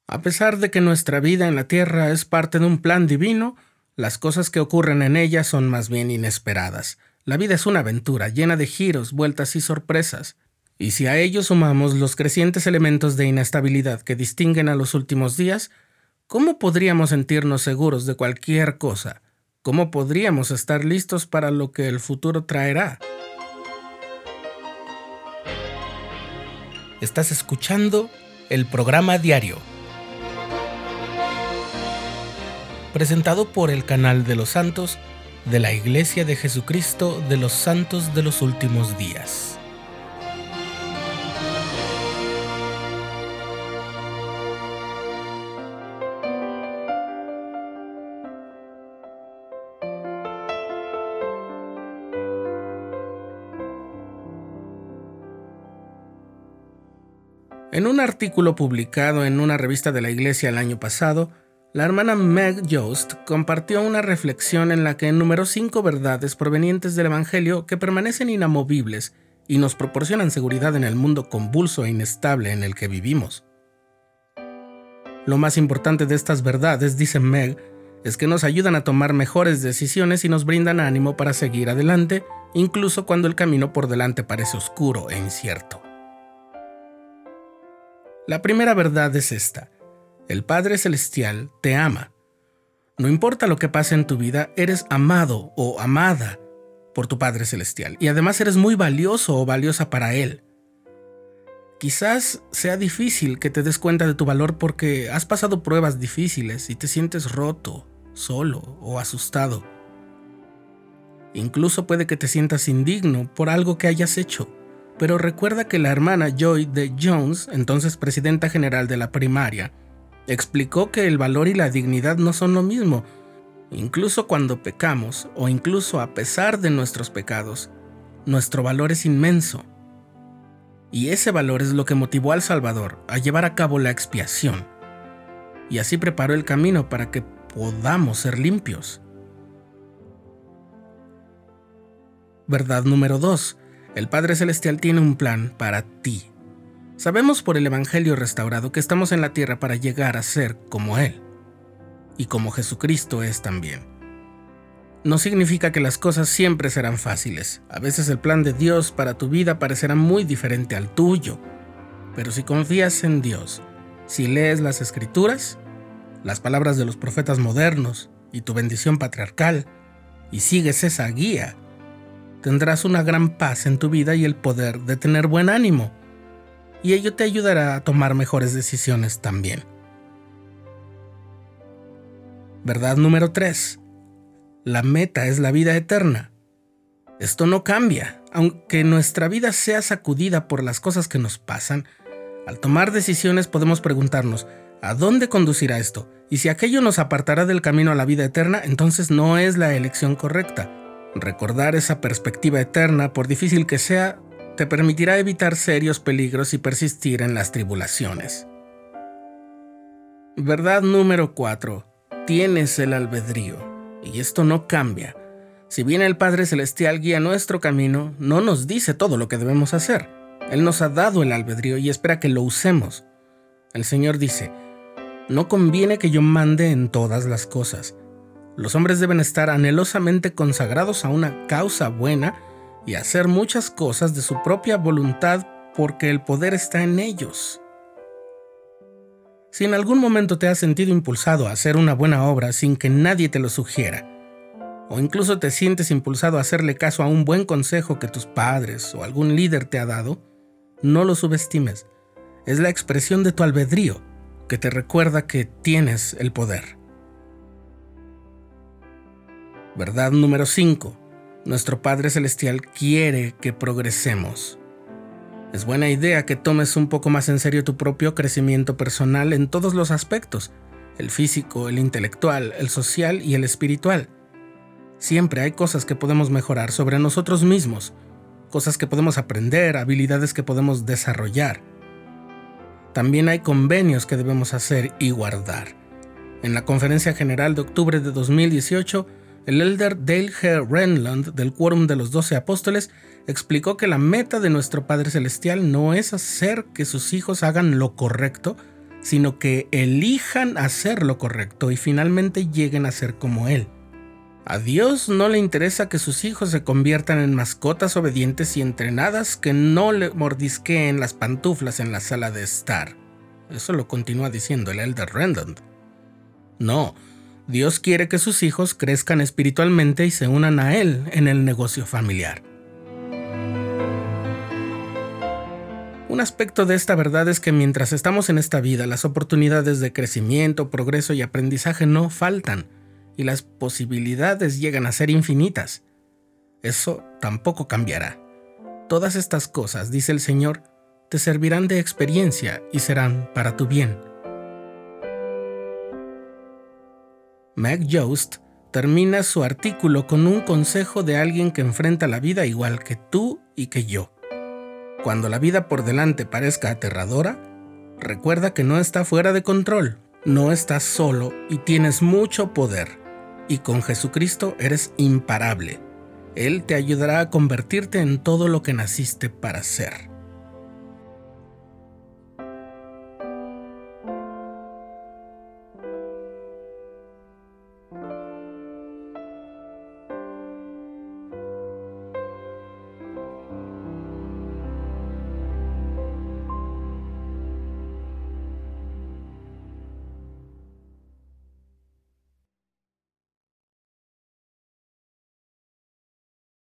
A pesar de que nuestra vida en la Tierra es parte de un plan divino, las cosas que ocurren en ella son más bien inesperadas. La vida es una aventura llena de giros, vueltas y sorpresas. Y si a ello sumamos los crecientes elementos de inestabilidad que distinguen a los últimos días, ¿cómo podríamos sentirnos seguros de cualquier cosa? ¿Cómo podríamos estar listos para lo que el futuro traerá? Estás escuchando el programa diario, presentado por el canal de los santos de la Iglesia de Jesucristo de los Santos de los Últimos Días. En un artículo publicado en una revista de la Iglesia el año pasado, la hermana Meg Jost compartió una reflexión en la que enumeró 5 verdades provenientes del Evangelio que permanecen inamovibles y nos proporcionan seguridad en el mundo convulso e inestable en el que vivimos. Lo más importante de estas verdades, dice Meg, es que nos ayudan a tomar mejores decisiones y nos brindan ánimo para seguir adelante, incluso cuando el camino por delante parece oscuro e incierto. La primera verdad es esta: el Padre Celestial te ama. No importa lo que pase en tu vida, eres amado o amada por tu Padre Celestial, y además eres muy valioso o valiosa para Él. Quizás sea difícil que te des cuenta de tu valor porque has pasado pruebas difíciles y te sientes roto, solo o asustado. Incluso puede que te sientas indigno por algo que hayas hecho. Pero recuerda que la hermana Joy D. Jones, entonces presidenta general de la primaria, explicó que el valor y la dignidad no son lo mismo. Incluso cuando pecamos, o incluso a pesar de nuestros pecados, nuestro valor es inmenso. Y ese valor es lo que motivó al Salvador a llevar a cabo la expiación. Y así preparó el camino para que podamos ser limpios. Verdad número 2. El Padre Celestial tiene un plan para ti. Sabemos por el Evangelio restaurado que estamos en la tierra para llegar a ser como Él, y como Jesucristo es también. No significa que las cosas siempre serán fáciles. A veces el plan de Dios para tu vida parecerá muy diferente al tuyo. Pero si confías en Dios, si lees las Escrituras, las palabras de los profetas modernos y tu bendición patriarcal, y sigues esa guía, tendrás una gran paz en tu vida y el poder de tener buen ánimo, y ello te ayudará a tomar mejores decisiones también. Verdad número 3. La meta es la vida eterna. Esto no cambia. Aunque nuestra vida sea sacudida por las cosas que nos pasan, al tomar decisiones podemos preguntarnos: ¿a dónde conducirá esto? Y si aquello nos apartará del camino a la vida eterna, entonces no es la elección correcta. Recordar esa perspectiva eterna, por difícil que sea, te permitirá evitar serios peligros y persistir en las tribulaciones. Verdad número 4. Tienes el albedrío, y esto no cambia. Si bien el Padre Celestial guía nuestro camino, no nos dice todo lo que debemos hacer. Él nos ha dado el albedrío y espera que lo usemos. El Señor dice: no conviene que yo mande en todas las cosas. Los hombres deben estar anhelosamente consagrados a una causa buena y hacer muchas cosas de su propia voluntad porque el poder está en ellos. Si en algún momento te has sentido impulsado a hacer una buena obra sin que nadie te lo sugiera, o incluso te sientes impulsado a hacerle caso a un buen consejo que tus padres o algún líder te ha dado, no lo subestimes. Es la expresión de tu albedrío que te recuerda que tienes el poder. Verdad número 5. Nuestro Padre Celestial quiere que progresemos. Es buena idea que tomes un poco más en serio tu propio crecimiento personal en todos los aspectos: el físico, el intelectual, el social y el espiritual. Siempre hay cosas que podemos mejorar sobre nosotros mismos, cosas que podemos aprender, habilidades que podemos desarrollar. También hay convenios que debemos hacer y guardar. En la Conferencia General de octubre de 2018, el elder Dale G. Renlund, del Quórum de los 12 Apóstoles, explicó que la meta de nuestro Padre Celestial no es hacer que sus hijos hagan lo correcto, sino que elijan hacer lo correcto y finalmente lleguen a ser como Él. A Dios no le interesa que sus hijos se conviertan en mascotas obedientes y entrenadas que no le mordisqueen las pantuflas en la sala de estar. Eso lo continúa diciendo el Elder Redmond. No, Dios quiere que sus hijos crezcan espiritualmente y se unan a Él en el negocio familiar. Un aspecto de esta verdad es que mientras estamos en esta vida, las oportunidades de crecimiento, progreso y aprendizaje no faltan, y las posibilidades llegan a ser infinitas. Eso tampoco cambiará. Todas estas cosas, dice el Señor, te servirán de experiencia y serán para tu bien. Meg Jost termina su artículo con un consejo de alguien que enfrenta la vida igual que tú y que yo. Cuando la vida por delante parezca aterradora, recuerda que no está fuera de control, no estás solo y tienes mucho poder. Y con Jesucristo eres imparable. Él te ayudará a convertirte en todo lo que naciste para ser.